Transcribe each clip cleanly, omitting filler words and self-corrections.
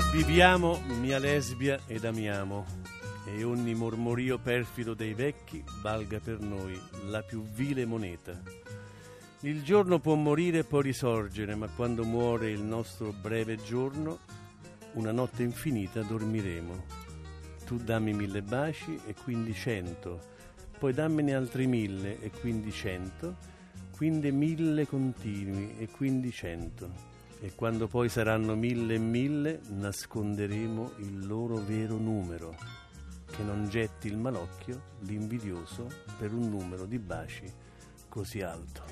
Viviamo, mia lesbia, ed amiamo, e ogni mormorio perfido dei vecchi valga per noi la più vile moneta. Il giorno può morire e poi risorgere, ma quando muore il nostro breve giorno, una notte infinita dormiremo. Tu dammi 1000 baci e quindi 100, poi dammene altri 1000 e quindi 100, quindi 1000 continui e quindi 100. E quando poi saranno 1000 e 1000, nasconderemo il loro vero numero, che non getti il malocchio l'invidioso per un numero di baci così alto.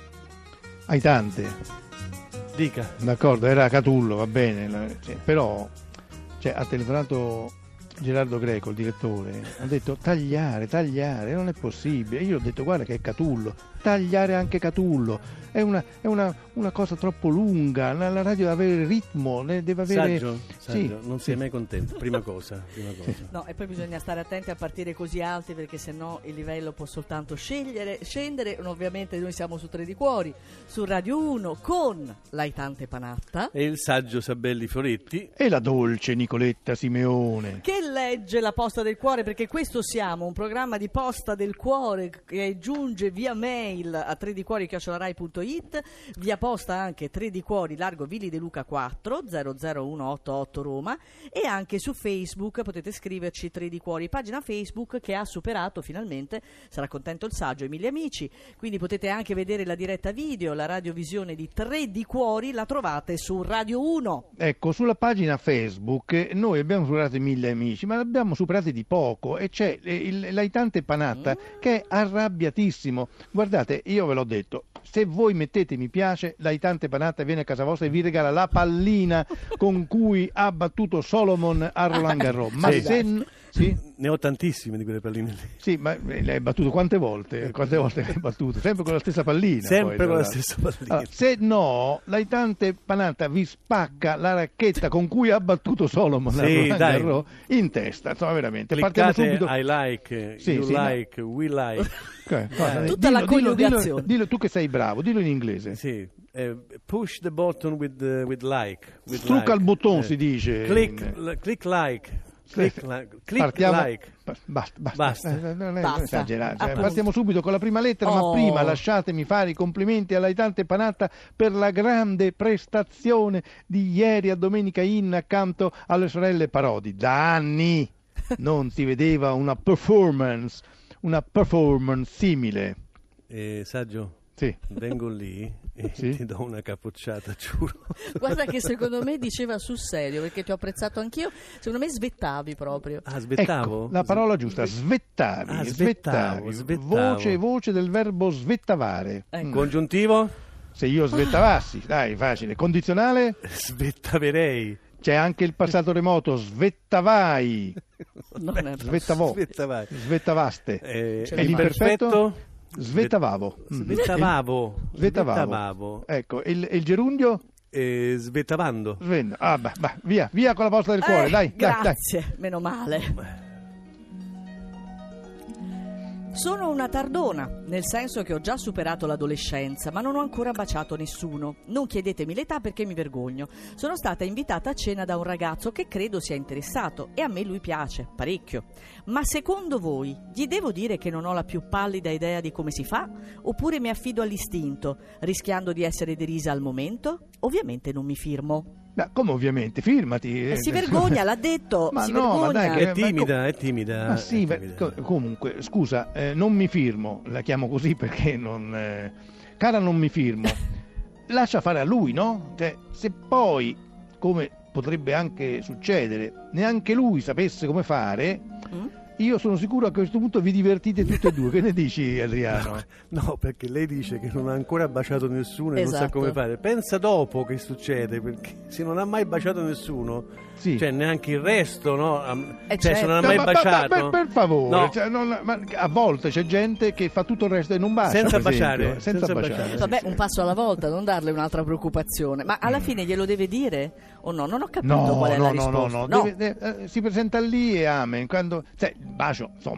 Hai tante. Dica. D'accordo, era Catullo, va bene, però ha telefonato Gerardo Greco, il direttore, ha detto tagliare, non è possibile. Io ho detto guarda che è Catullo, tagliare anche Catullo, è una cosa troppo lunga, la radio deve avere ritmo, deve avere... Saggio, sì, non sei mai contento, prima cosa. No, e poi bisogna stare attenti a partire così alti, perché sennò il livello può soltanto scendere. Ovviamente noi siamo su Tre di Cuori, su Radio 1, con l'Aitante Panatta e il saggio Sabelli Fioretti e la dolce Nicoletta Simeone, che legge la posta del cuore, perché questo siamo, un programma di posta del cuore che giunge via mail a tredicuori@rai.it, via posta anche Tre di Cuori, largo Villi De Luca 4 00188 Roma, e anche su Facebook potete scriverci Tre di Cuori, pagina Facebook che ha superato finalmente, sarà contento il saggio, i 1000 amici, quindi potete anche vedere la diretta video, la radiovisione di Tre di Cuori la trovate su Radio 1. Ecco, sulla pagina Facebook noi abbiamo superato i 1000 amici, ma l'abbiamo superati di poco, e c'è l'Aitante Panatta che è arrabbiatissimo. Guardate, io ve l'ho detto, se voi mettete mi piace, l'Aitante Panatta viene a casa vostra e vi regala la pallina con cui ha battuto Solomon a Roland Garros. Ma sì? Ne ho tantissime di quelle palline lì. Sì, ma l'hai battuto quante volte? Quante volte l'hai battuto? Sempre con la stessa pallina. Sempre poi, con la stessa pallina. Allora, se no, l'Aitante Panatta vi spacca la racchetta con cui ha battuto Solomon a Roland Garros in testa. Insomma, veramente. Cliccate, partiamo subito. I like, you like, we like. Tutta la coniugazione. Dillo tu che sei bravo, dillo in inglese. Sì. Push the button with like. Strucca il bottone, si dice. Click like. Basta. Non è esagerato. Partiamo subito con la prima lettera, ma prima lasciatemi fare i complimenti all'Aitante Panatta per la grande prestazione di ieri a Domenica Inn accanto alle sorelle Parodi. Da anni non si vedeva una performance simile. Saggio? Sì. Vengo lì e ti do una capocciata, giuro. Guarda che secondo me diceva sul serio, perché ti ho apprezzato anch'io, secondo me svettavi proprio. Ah, svettavo? Ecco, la parola giusta, svettavi. Svettavo. Voce del verbo svettavare. Ecco. Congiuntivo? Se io svettavassi, dai, facile. Condizionale? Svettaverei. C'è anche il passato remoto, svettavai. Non è Svettavò. Svettavai. Svettavaste. E l'imperfetto? Svettavavo. Svettavavo. Ecco, il gerundio? Svettavando. Via con la posta del cuore, dai. Grazie, dai. Meno male. Sono una tardona, nel senso che ho già superato l'adolescenza, ma non ho ancora baciato nessuno. Non chiedetemi l'età perché mi vergogno. Sono stata invitata a cena da un ragazzo che credo sia interessato, e a me lui piace, parecchio. Ma secondo voi, gli devo dire che non ho la più pallida idea di come si fa? Oppure mi affido all'istinto, rischiando di essere derisa al momento? Ovviamente non mi firmo. Ma come ovviamente? Firmati. Si vergogna, l'ha detto. Ma si no, vergogna. ma dai, è timida. Ma sì, comunque, scusa, non mi firmo, la chiamo così perché cara, non mi firmo. Lascia fare a lui, no? Cioè, se poi, come potrebbe anche succedere, neanche lui sapesse come fare, io sono sicuro a questo punto vi divertite tutte e due. Che ne dici, Adriano? No, perché lei dice che non ha ancora baciato nessuno e non sa come fare. Pensa dopo che succede, perché se non ha mai baciato nessuno, cioè neanche il resto, no? Cioè, se non ha mai baciato, per favore, no. Ma a volte c'è gente che fa tutto il resto e non bacia. Senza baciare. Vabbè, un passo alla volta, non darle un'altra preoccupazione. Ma alla fine glielo deve dire o no? Non ho capito qual è la risposta. No. Si presenta lì e amen. Quando, bacio, insomma,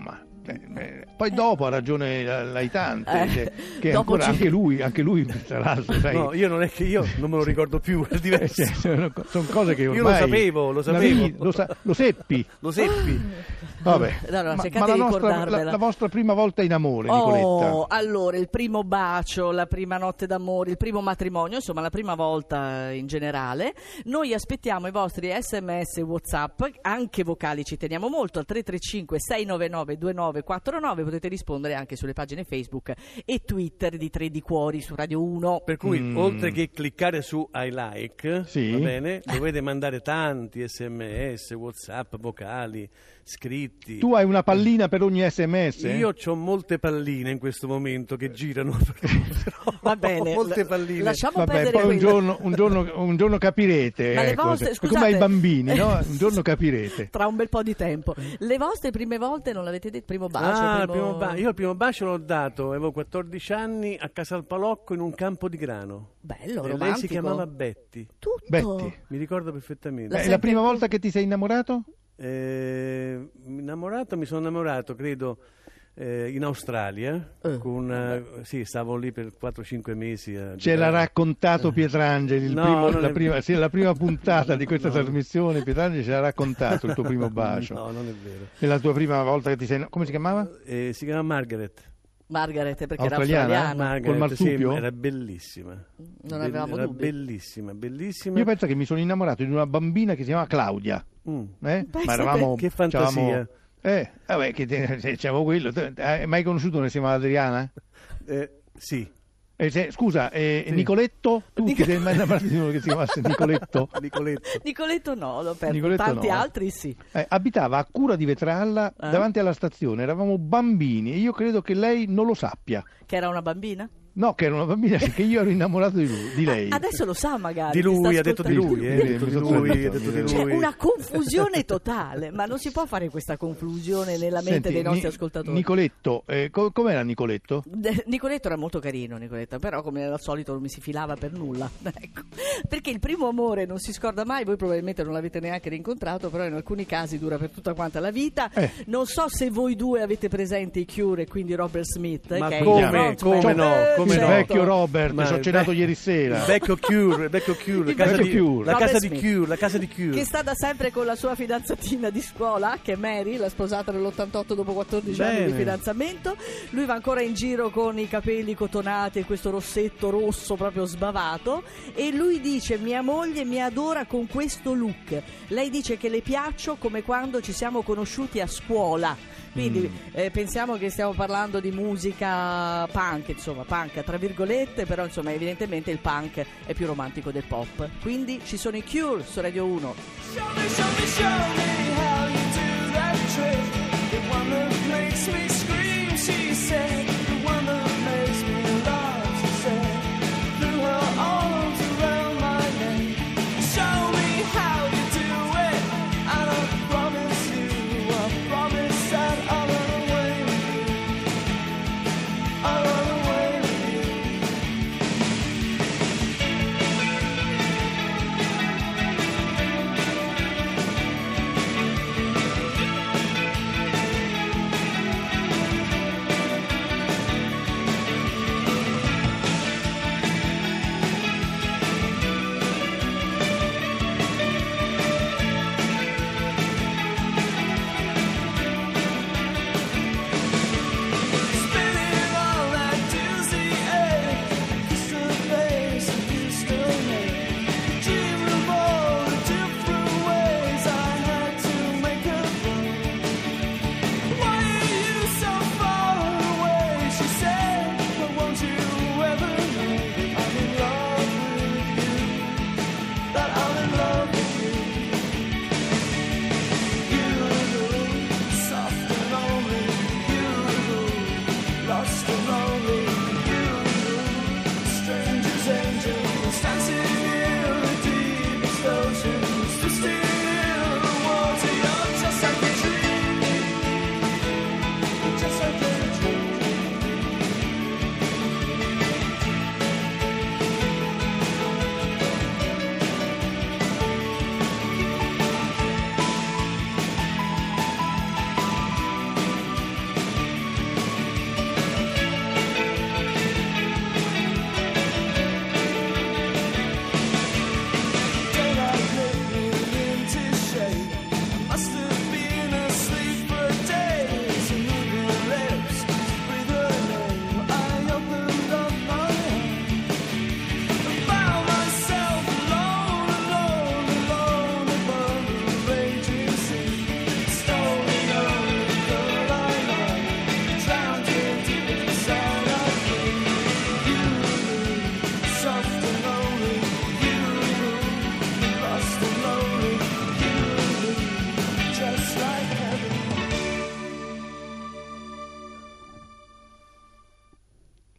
Poi dopo ha ragione l'Aitante, che dopo ancora anche lui sarà, sai. No, io non me lo ricordo più, è diverso. Sono cose che ormai... Io lo sapevo. Lo seppi. Lo seppi. Vabbè. Allora, cercate di ricordarvela. La vostra prima volta in amore, Nicoletta. Allora, il primo bacio, la prima notte d'amore, il primo matrimonio, insomma la prima volta in generale. Noi aspettiamo i vostri SMS, WhatsApp, anche vocali, ci teniamo molto, al 335 699 2949. Potete rispondere anche sulle pagine Facebook e Twitter di Tre di Cuori su Radio 1. Per cui oltre che cliccare su I like, sì, va bene, dovete mandare tanti SMS, WhatsApp, vocali, scritti. Tu hai una pallina per ogni SMS? Io ho molte palline in questo momento che girano, però va bene, molte palline. Lasciamo Vabbè, perdere poi un giorno capirete. Ma le vostre, scusate, come ai bambini, no? Un giorno capirete. Tra un bel po' di tempo. Le vostre prime volte non l'avete detto? Primo bacio? Io il primo bacio l'ho dato, avevo 14 anni, a Casalpalocco in un campo di grano. Bello, e romantico. lei si chiamava Betty. Tutto? Betty. Mi ricordo perfettamente. La prima volta che ti sei innamorato? Mi sono innamorato, credo, in Australia. Stavo lì per 4-5 mesi. Ce l'ha raccontato Pietrangeli, la prima puntata di questa trasmissione. Pietrangeli ce l'ha raccontato il tuo primo bacio. No, non è vero. E la tua prima volta che ti sei... Come si chiamava? Si chiama Margaret, perché australiana? era australiana. Margaret, col marsupio? sì, era bellissima. Non avevamo dubbi. Bellissima. Io penso che mi sono innamorato di una bambina che si chiamava Claudia. Ma eravamo... Che fantasia. Vabbè, c'avevo quello. Hai mai conosciuto una che si chiamava Adriana? Sì. Scusa, sì. Nicoletto? Tu ti sei mai innamorato di uno che si chiamasse Nicoletto? Nicoletto no, l'ho perso. Nicoletto Tanti no. altri sì. Abitava a Cura di Vetralla, davanti alla stazione. Eravamo bambini e io credo che lei non lo sappia. Che era una bambina? No, che era una bambina, che io ero innamorato di lei. Adesso lo sa magari. Di lui, ha detto di lui. C'è una confusione totale, ma non si può fare questa confusione nella mente dei nostri ascoltatori. Nicoletto, com'era Nicoletto? Nicoletto era molto carino, Nicoletto, però come al solito non mi si filava per nulla. Ecco. Perché il primo amore non si scorda mai, voi probabilmente non l'avete neanche rincontrato, però in alcuni casi dura per tutta quanta la vita. Non so se voi due avete presente i Cure e quindi Robert Smith. Ma che come no? Il vecchio Robert, ci ho cenato ieri sera. Il vecchio Cure, la casa di Cure. Che sta da sempre con la sua fidanzatina di scuola, che è Mary, l'ha sposata nell'88 dopo 14 anni di fidanzamento. Lui va ancora in giro con i capelli cotonati e questo rossetto rosso proprio sbavato. E lui dice: mia moglie mi adora con questo look. Lei dice che le piaccio come quando ci siamo conosciuti a scuola. Quindi pensiamo che stiamo parlando di musica punk, insomma, punk tra virgolette, però insomma evidentemente il punk è più romantico del pop. Quindi ci sono i Cure su Radio 1. Show me how you do that trick. The one that makes me scream, she said. The one that makes me laugh, she said. Threw her arms around my neck. Show me how you do it. And I promise that I'll run away with you. I'll run away with you.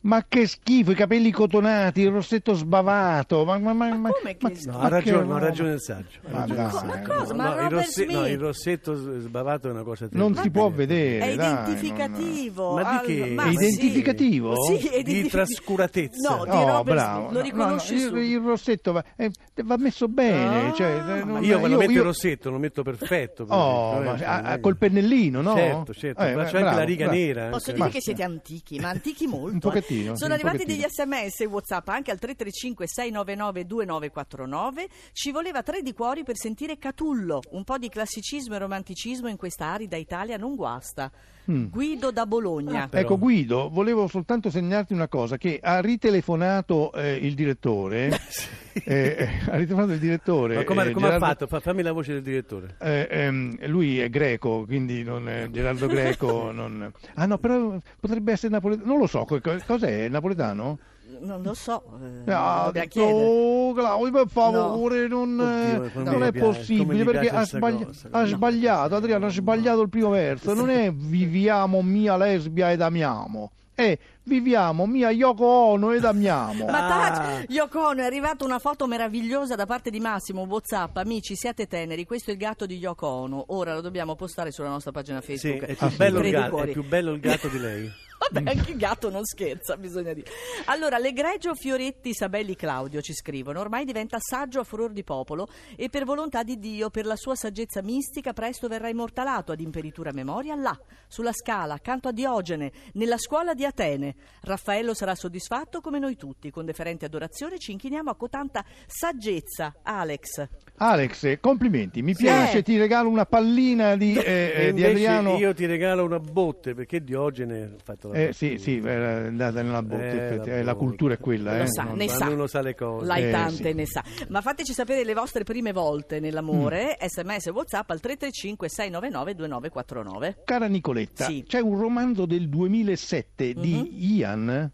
Ma che schifo, i capelli cotonati, il rossetto sbavato. Ma come che No, ma ha che ragione il saggio. Ma dai. Ma cosa? Ma il, Robert Smith il rossetto sbavato è una cosa terribile. Non si può vedere. è dai, identificativo. Ma di che? Ma È identificativo? Sì, è Di identificativo. trascuratezza. No, di Oh, Robert bravo. Smith, lo riconosci No, subito. il rossetto va messo bene. Ah, Cioè, ma Io quando metto il io- rossetto lo metto perfetto. per Oh, esempio, col pennellino, no? Certo, faccio anche bravo, la riga bravo. nera. Posso anche. dire che siete antichi, ma antichi molto. Un pochettino, Sono un arrivati pochettino. degli SMS e WhatsApp anche al 335 699 2949. Ci voleva 3 di cuori per sentire Catullo. Un po' di classicismo e romanticismo in questa arida Italia non guasta. Guido da Bologna. Però- Ecco Guido, volevo soltanto segnarti una cosa, che ha ritelefonato il direttore. Ha ritelefonato il direttore. Ma come ha Gerardo- fatto? Fammi la voce del direttore. Lui è greco, quindi Gerardo Greco non... Ah no, però potrebbe essere napoletano. Non lo so, cos'è? È napoletano? Non lo so, Ah, dobbiamo chiedere. oh, Claudio, per favore, non Oddio, come è mi piace, come possibile mi perché piace ha, questa cosa. ha sbagliato, Adriano ha sbagliato il primo verso. Non è viviamo mia lesbia ed amiamo, è viviamo mia Yoko Ono ed amiamo. Ma taci, Yoko Ono, è arrivata una foto meravigliosa da parte di Massimo, WhatsApp, amici siate teneri, questo è il gatto di Yoko Ono, ora lo dobbiamo postare sulla nostra pagina Sì, Facebook. è più bello il Tre di gatto, cuori. è più bello il gatto di lei. Vabbè, anche il gatto non scherza, bisogna dire. Allora, l'egregio Fioretti Sabelli Claudio ci scrivono: ormai diventa saggio a furor di popolo e per volontà di Dio, per la sua saggezza mistica, presto verrà immortalato ad imperitura memoria là, sulla Scala, accanto a Diogene, nella scuola di Atene. Raffaello sarà soddisfatto come noi tutti. Con deferente adorazione ci inchiniamo a cotanta saggezza. Alex, complimenti, mi piace, ti regalo una pallina di E invece Adriano. io ti regalo una botte, perché Diogene ha fatto la botte. Sì, era andata nella botte, la cultura è quella. Lo sa, non- ne Quando sa. uno sa le cose. Laitante sì. ne sa. Ma fateci sapere le vostre prime volte nell'amore, SMS e WhatsApp al 335 699 2949. Cara Nicoletta, Sì. c'è un romanzo del 2007 di Ian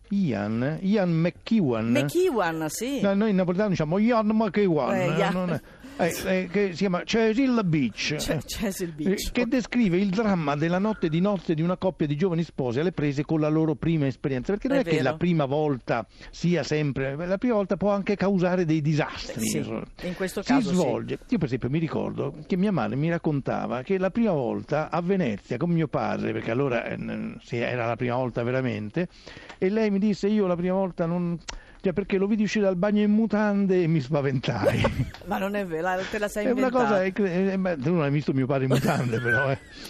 McEwan. McEwan, sì. No, noi in napoletano diciamo Ian McEwan, Ian. non è- che si chiama Cecil Beach, Cecil Beach. che descrive il dramma della notte di nozze di una coppia di giovani sposi alle prese con la loro prima esperienza, perché non È è che vero. la prima volta sia sempre, la prima volta può anche causare dei disastri. Sì, insomma. in questo Si caso sì. svolge, io per esempio mi ricordo che mia madre mi raccontava che la prima volta a Venezia con mio padre, perché allora sì, era la prima volta veramente, e lei mi disse io la prima volta non... Cioè, perché lo vidi uscire dal bagno in mutande e mi spaventai. Ma non è vero, te la sei È una inventata. cosa, ma tu non hai visto mio padre in mutande però.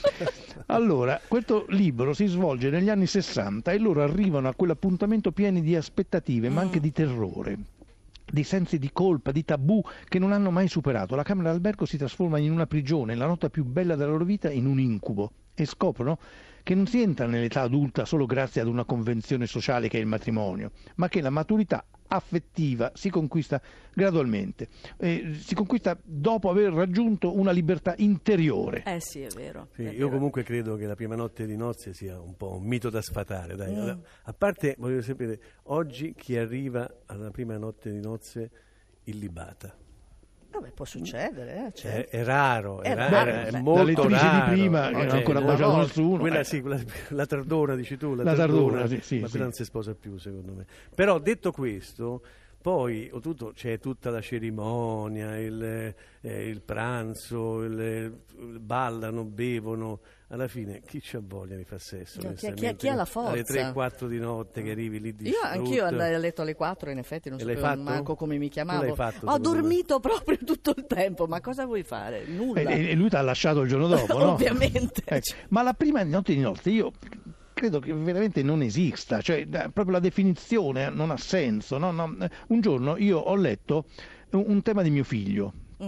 Allora, questo libro si svolge negli anni 60 e loro arrivano a quell'appuntamento pieni di aspettative, ma anche di terrore, di sensi di colpa, di tabù che non hanno mai superato. La camera d'albergo si trasforma in una prigione, la notte più bella della loro vita in un incubo, e scoprono che non si entra nell'età adulta solo grazie ad una convenzione sociale che è il matrimonio, ma che la maturità affettiva si conquista gradualmente, si conquista dopo aver raggiunto una libertà interiore. Sì, è vero. Sì, è io vero. comunque credo che la prima notte di nozze sia un po' un mito da sfatare. Dai. Allora, a parte, voglio sapere, oggi chi arriva alla prima notte di nozze illibata? Vabbè, può succedere, certo. È raro, È è raro, è beh. molto La lettrice raro. di prima, che non ha ancora una baciato volta. nessuno. Quella sì, la tardona, dici tu, La tardona, sì, ma sì. quella non si sposa più, secondo me. Però detto questo, poi c'è tutta la cerimonia, il pranzo, ballano, bevono. Alla fine chi c'ha voglia di fare sesso? No, chi onestamente? ha la forza? Alle 3-4 di notte che arrivi lì Io anch'io andai a letto alle 4, in effetti non E l'hai sapevo fatto? manco come mi chiamavo. Tu l'hai fatto, Ho secondo me. dormito proprio tutto il tempo, ma cosa vuoi fare? Nulla. E lui ti ha lasciato il giorno dopo, no? Ovviamente. Ma la prima notte di nozze io credo che veramente non esista, cioè proprio la definizione non ha senso. No? Un giorno io ho letto un tema di mio figlio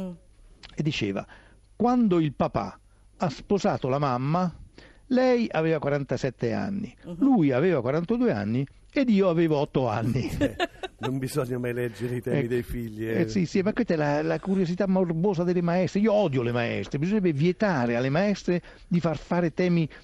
e diceva: quando il papà ha sposato la mamma, lei aveva 47 anni, lui aveva 42 anni ed io avevo 8 anni. Non bisogna mai leggere i temi Ecco. dei figli. Sì, ma questa è la curiosità morbosa delle maestre. Io odio le maestre, bisognerebbe vietare alle maestre di far fare temi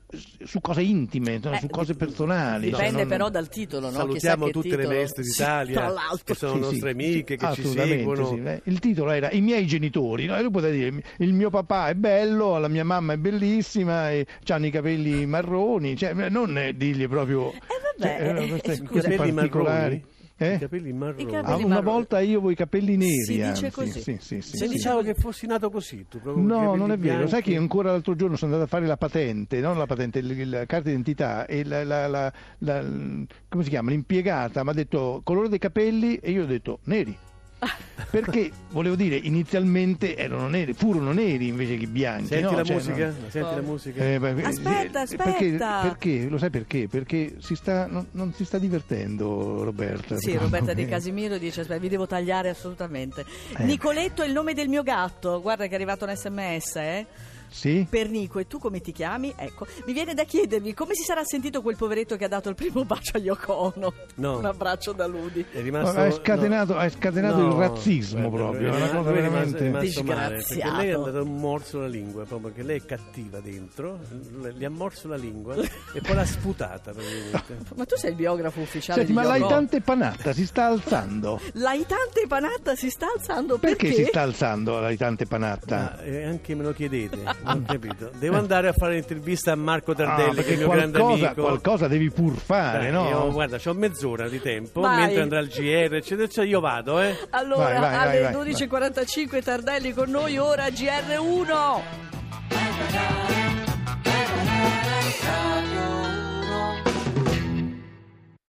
su cose intime, su cose personali. Dipende però dal titolo, no? Salutiamo Chissà che tutte le titolo. maestre d'Italia, Tra l'altro. che sono nostre amiche, che ci assolutamente, seguono. sì. Il titolo era I miei genitori, no? E lui poteva dire il mio papà è bello, la mia mamma è bellissima e hanno i capelli marroni, cioè non dirgli proprio I scusa. capelli marroni? Eh? I capelli marroni. I capelli Una marroni. volta io avevo i capelli neri. Si dice anzi. così. Sì. Pensavo che fossi nato così, tu proprio con i No, capelli non è vero. bianchi. Sai che ancora l'altro giorno sono andato a fare la patente, non la patente, la carta d'identità, e come si chiama? L'impiegata mi ha detto colore dei capelli e io ho detto neri. Perché volevo dire inizialmente furono neri invece che bianchi. Senti no? la Cioè, musica? no. Senti la musica? Aspetta. Perché? Lo sai perché? Perché non si sta divertendo Roberta. Sì, secondo Roberta me. Di Casimiro dice aspetta, vi devo tagliare assolutamente. Eh. Nicoletto è il nome del mio gatto, guarda che è arrivato un sms, Sì? per Nico. E tu come ti chiami? Ecco, mi viene da chiedervi come si sarà sentito quel poveretto che ha dato il primo bacio a Yoko Ono. No. Un abbraccio da Ludi. È rimasto, Hai scatenato il razzismo guarda, proprio, è una cosa lui è veramente... rimasto male, perché Disgraziato. lei ha dato un morso alla lingua, proprio che lei è cattiva dentro, gli ha morso la lingua e poi l'ha sputata praticamente. Ma tu sei il biografo ufficiale Senti, di ma Yoko Ono. l'Aitante Panatta si sta alzando? L'Aitante Panatta si sta alzando Perché si sta alzando l'Aitante Panatta? Anche me lo chiedete, non ho capito. Devo andare a fare l'intervista a Marco Tardelli, che è perché il mio grande amico. qualcosa devi pur fare, no? Io, guarda, c'ho mezz'ora di tempo, Vai. mentre andrà il GR, eccetera, cioè io vado, Allora, Vai, alle vai. 12.45 Tardelli con noi, ora GR1.